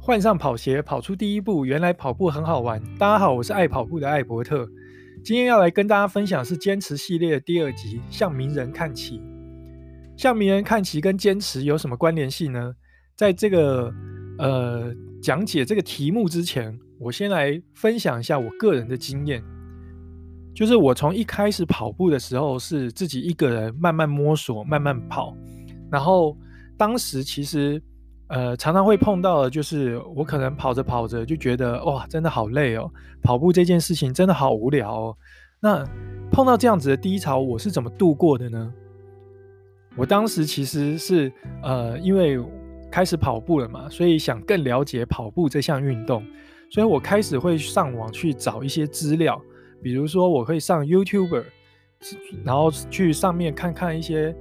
换上跑鞋，跑出第一步，原来跑步很好玩。大家好，我是爱跑步的艾伯特，今天要来跟大家分享是坚持系列的第2集，向名人看齐。向名人看齐跟坚持有什么关联性呢？在这个讲解这个题目之前，我先来分享一下我个人的经验。就是我从一开始跑步的时候是自己一个人慢慢摸索慢慢跑，然后当时其实常常会碰到的就是我可能跑着跑着就觉得哇真的好累哦，跑步这件事情真的好无聊哦。那碰到这样子的低潮我是怎么度过的呢？我当时其实是因为开始跑步了嘛，所以想更了解跑步这项运动，所以我开始会上网去找一些资料，比如说我会上 YouTuber， 然后去上面看看一些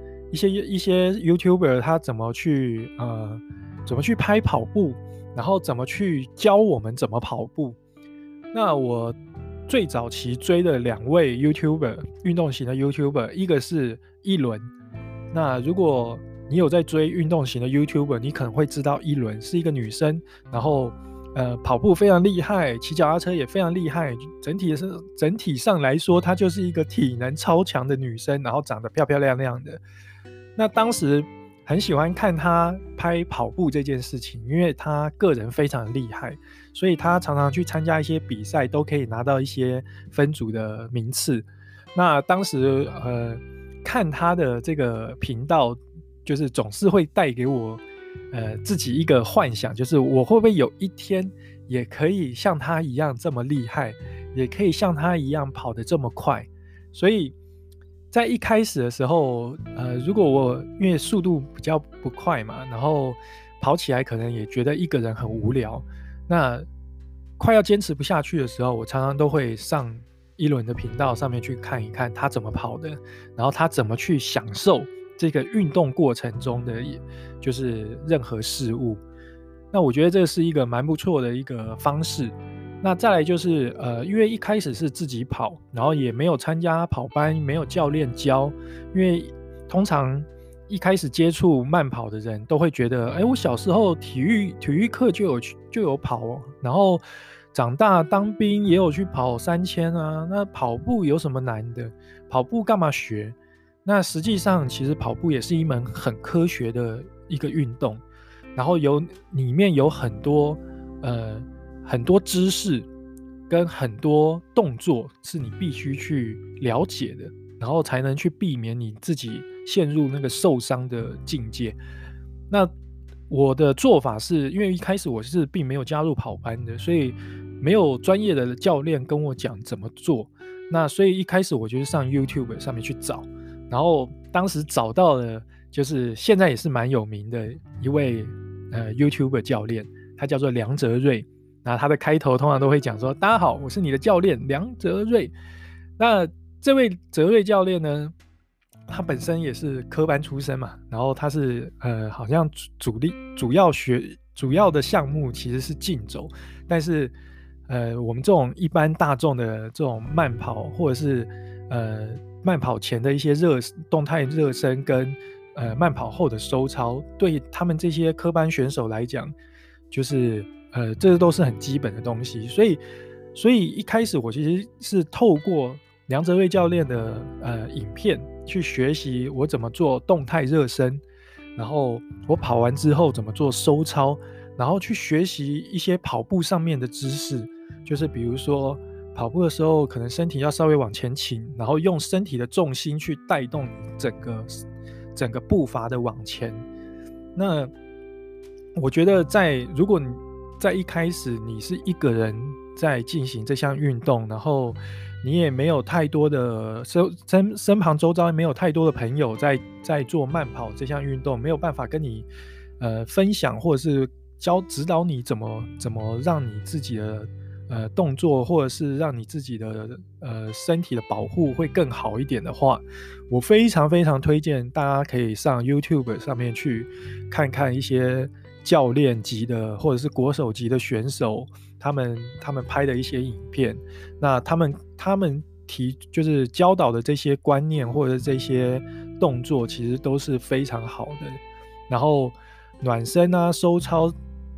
YouTuber 他怎么去拍跑步，然后怎么去教我们怎么跑步。那我最早期追的2位 YouTuber 运动型的 YouTuber， 一个是一轮。那如果你有在追运动型的 YouTuber， 你可能会知道一轮是一个女生，然后跑步非常厉害，骑脚踏车也非常厉害，整体上来说她就是一个体能超强的女生，然后长得漂漂亮亮的。那当时很喜欢看她拍跑步这件事情，因为她个人非常厉害，所以她常常去参加一些比赛都可以拿到一些分组的名次。那当时看她的这个频道，就是总是会带给我自己一个幻想，就是我会不会有一天也可以像她一样这么厉害，也可以像她一样跑得这么快。所以在一开始的时候如果我因为速度比较不快嘛，然后跑起来可能也觉得一个人很无聊，那快要坚持不下去的时候，我常常都会上一轮的频道上面去看一看他怎么跑的，然后他怎么去享受这个运动过程中的就是任何事物。那我觉得这是一个蛮不错的一个方式。那再来就是因为一开始是自己跑，然后也没有参加跑班，没有教练教，因为通常一开始接触慢跑的人都会觉得我小时候体育课就有跑，然后长大当兵也有去跑3000啊，那跑步有什么难的？跑步干嘛学？那实际上其实跑步也是一门很科学的一个运动，然后里面有很多知识跟很多动作是你必须去了解的，然后才能去避免你自己陷入那个受伤的境界。那我的做法是，因为一开始我是并没有加入跑班的，所以没有专业的教练跟我讲怎么做，那所以一开始我就是上 YouTube 上面去找，然后当时找到了就是现在也是蛮有名的一位YouTuber 教练，他叫做梁哲瑞。那他的开头通常都会讲说，大家好，我是你的教练梁哲瑞。那这位哲瑞教练呢，他本身也是科班出身嘛，然后他是好像主要的项目其实是竞走，但是我们这种一般大众的这种慢跑或者是慢跑前的一些动态热身跟慢跑后的收操，对他们这些科班选手来讲，就是这都是很基本的东西。所以一开始我其实是透过梁哲瑞教练的影片去学习我怎么做动态热身，然后我跑完之后怎么做收操，然后去学习一些跑步上面的知识，就是比如说跑步的时候可能身体要稍微往前倾，然后用身体的重心去带动整个步伐的往前。那我觉得如果你在一开始你是一个人在进行这项运动，然后你也没有太多的身旁周遭没有太多的朋友在做慢跑这项运动，没有办法跟你分享或者是指导你怎么让你自己的动作或者是让你自己的身体的保护会更好一点的话，我非常非常推荐大家可以上 YouTube 上面去看看一些教练级的或者是国手级的选手他们拍的一些影片。那他们就是教导的这些观念或者这些动作其实都是非常好的，然后暖身啊收操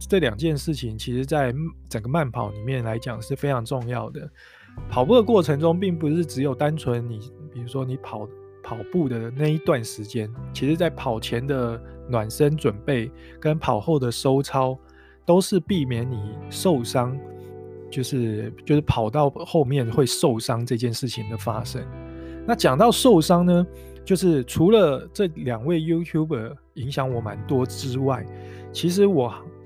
这两件事情，其实在整个慢跑里面来讲是非常重要的。跑步的过程中，并不是只有单纯你，比如说你跑步的那一段时间，其实在跑前的暖身准备跟跑后的收操，都是避免你受伤，就是跑到后面会受伤这件事情的发生。那讲到受伤呢，就是除了这两位 YouTuber 影响我蛮多之外，其实我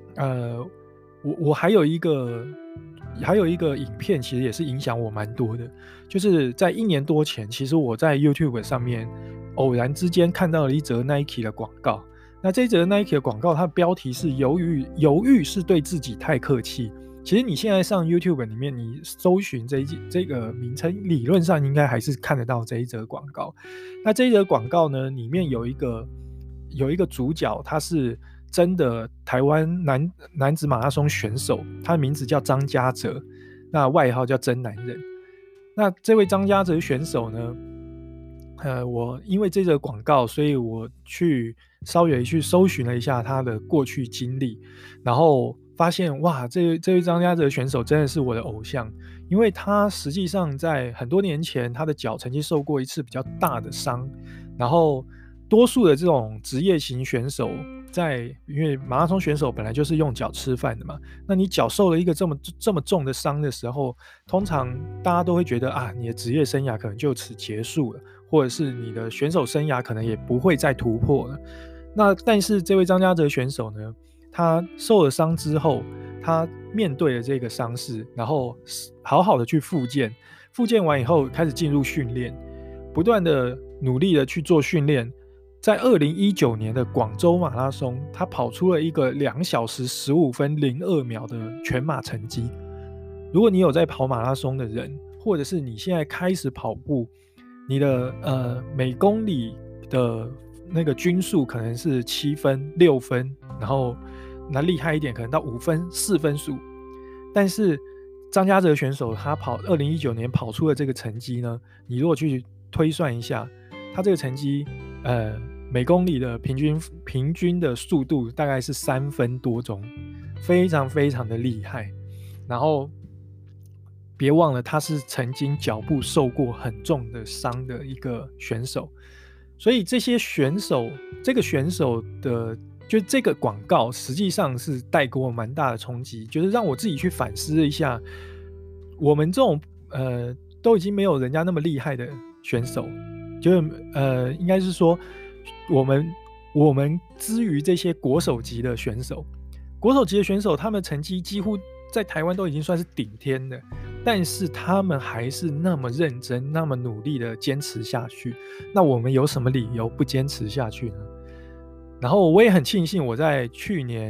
还有一个影片，其实也是影响我蛮多的。就是在1年多前，其实我在 YouTube 上面偶然之间看到了一则 Nike 的广告。那这则 Nike 的广告，它的标题是犹豫是对自己太客气。其实你现在上 YouTube 里面，你搜寻这个名称，理论上应该还是看得到这一则广告。那这一则广告呢，里面有一个主角，他是真的台湾男子马拉松选手，他的名字叫张家哲，那外号叫真男人。那这位张家哲选手呢，我因为这则广告，所以我稍微去搜寻了一下他的过去经历，然后发现哇，这位张家哲选手真的是我的偶像，因为他实际上在很多年前，他的脚曾经受过一次比较大的伤，然后多数的这种职业型选手，因为马拉松选手本来就是用脚吃饭的嘛，那你脚受了一个这么重的伤的时候，通常大家都会觉得啊，你的职业生涯可能就此结束了，或者是你的选手生涯可能也不会再突破了。那但是这位张家哲选手呢，他受了伤之后，他面对了这个伤势，然后好好的去复健完以后开始进入训练，不断的努力的去做训练。在2019年的广州马拉松，他跑出了一个2小时15分02秒的全马成绩。如果你有在跑马拉松的人，或者是你现在开始跑步，你的每公里的那个均数可能是7分、6分，然后那厉害一点可能到5分、4分数。但是张家哲选手他2019年跑出的这个成绩呢，你如果去推算一下，他这个成绩每公里的平均的速度大概是3分多钟，非常非常的厉害。然后别忘了他是曾经脚部受过很重的伤的一个选手，所以这个选手的就这个广告实际上是带给我蛮大的冲击，就是让我自己去反思一下，我们这种都已经没有人家那么厉害的选手，就是应该是说我们之于这些国手级的选手，他们成绩几乎在台湾都已经算是顶天的，但是他们还是那么认真、那么努力的坚持下去。那我们有什么理由不坚持下去呢？然后我也很庆幸，我在去年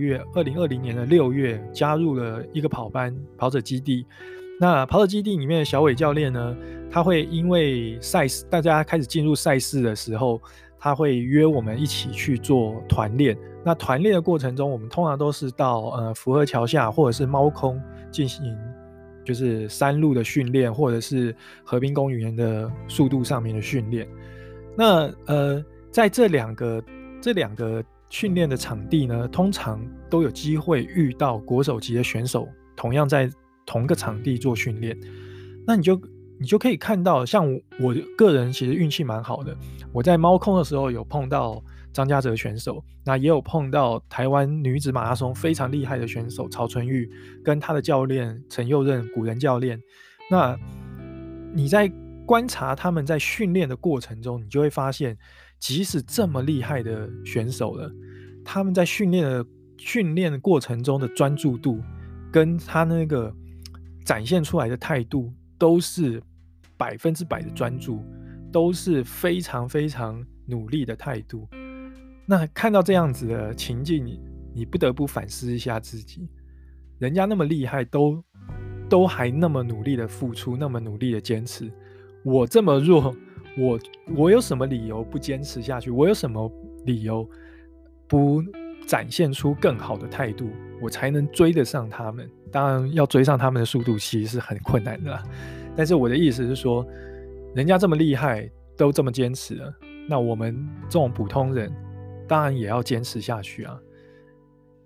2020年的6月加入了一个跑者基地。那跑者基地里面的小伟教练呢，他会因为大家开始进入赛事的时候，他会约我们一起去做团练。那团练的过程中，我们通常都是到福和桥下或者是猫空进行就是山路的训练，或者是河滨公园的速度上面的训练。那在这两个训练的场地呢，通常都有机会遇到国手级的选手，同样在同个场地做训练。那你就可以看到，像我个人其实运气蛮好的，我在猫空的时候有碰到张家哲选手，那也有碰到台湾女子马拉松非常厉害的选手曹纯玉跟他的教练陈佑任古人教练。那你在观察他们在训练的过程中，你就会发现，即使这么厉害的选手了，他们在训练的过程中的专注度跟他那个展现出来的态度都是100%的专注，都是非常非常努力的态度。那看到这样子的情境，你不得不反思一下自己，人家那么厉害，都还那么努力的付出，那么努力的坚持，我这么弱，我有什么理由不坚持下去？我有什么理由不展现出更好的态度，我才能追得上他们？当然要追上他们的速度其实是很困难的啦，但是我的意思是说，人家这么厉害，都这么坚持了，那我们这种普通人当然也要坚持下去啊。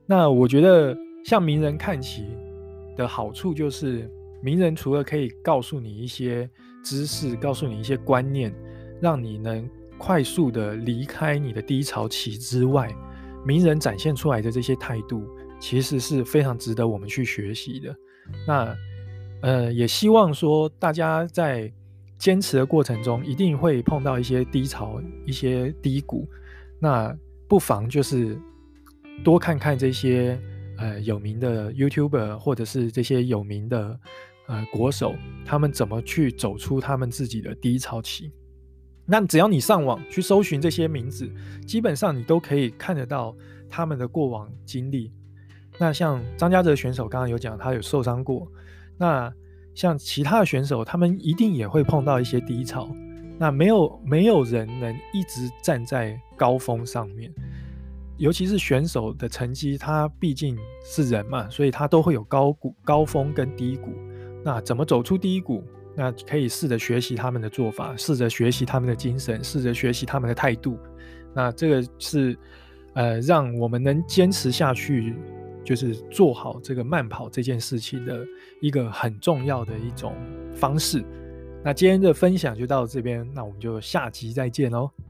那我觉得向名人看齐的好处就是，名人除了可以告诉你一些知识，告诉你一些观念，让你能快速的离开你的低潮期之外，名人展现出来的这些态度，其实是非常值得我们去学习的。那也希望说大家在坚持的过程中，一定会碰到一些低潮、一些低谷，那不妨就是多看看这些有名的 YouTuber 或者是这些有名的国手，他们怎么去走出他们自己的低潮期。那只要你上网去搜寻这些名字，基本上你都可以看得到他们的过往经历。那像张家泽选手刚刚有讲他有受伤过，那像其他的选手他们一定也会碰到一些低潮，那没有人能一直站在高峰上面，尤其是选手的成绩，他毕竟是人嘛，所以他都会有高峰跟低谷。那怎么走出低谷？那可以试着学习他们的做法，试着学习他们的精神，试着学习他们的态度。那这个是让我们能坚持下去，就是做好这个慢跑这件事情的一个很重要的一种方式。那今天的分享就到这边，那我们就下集再见哦。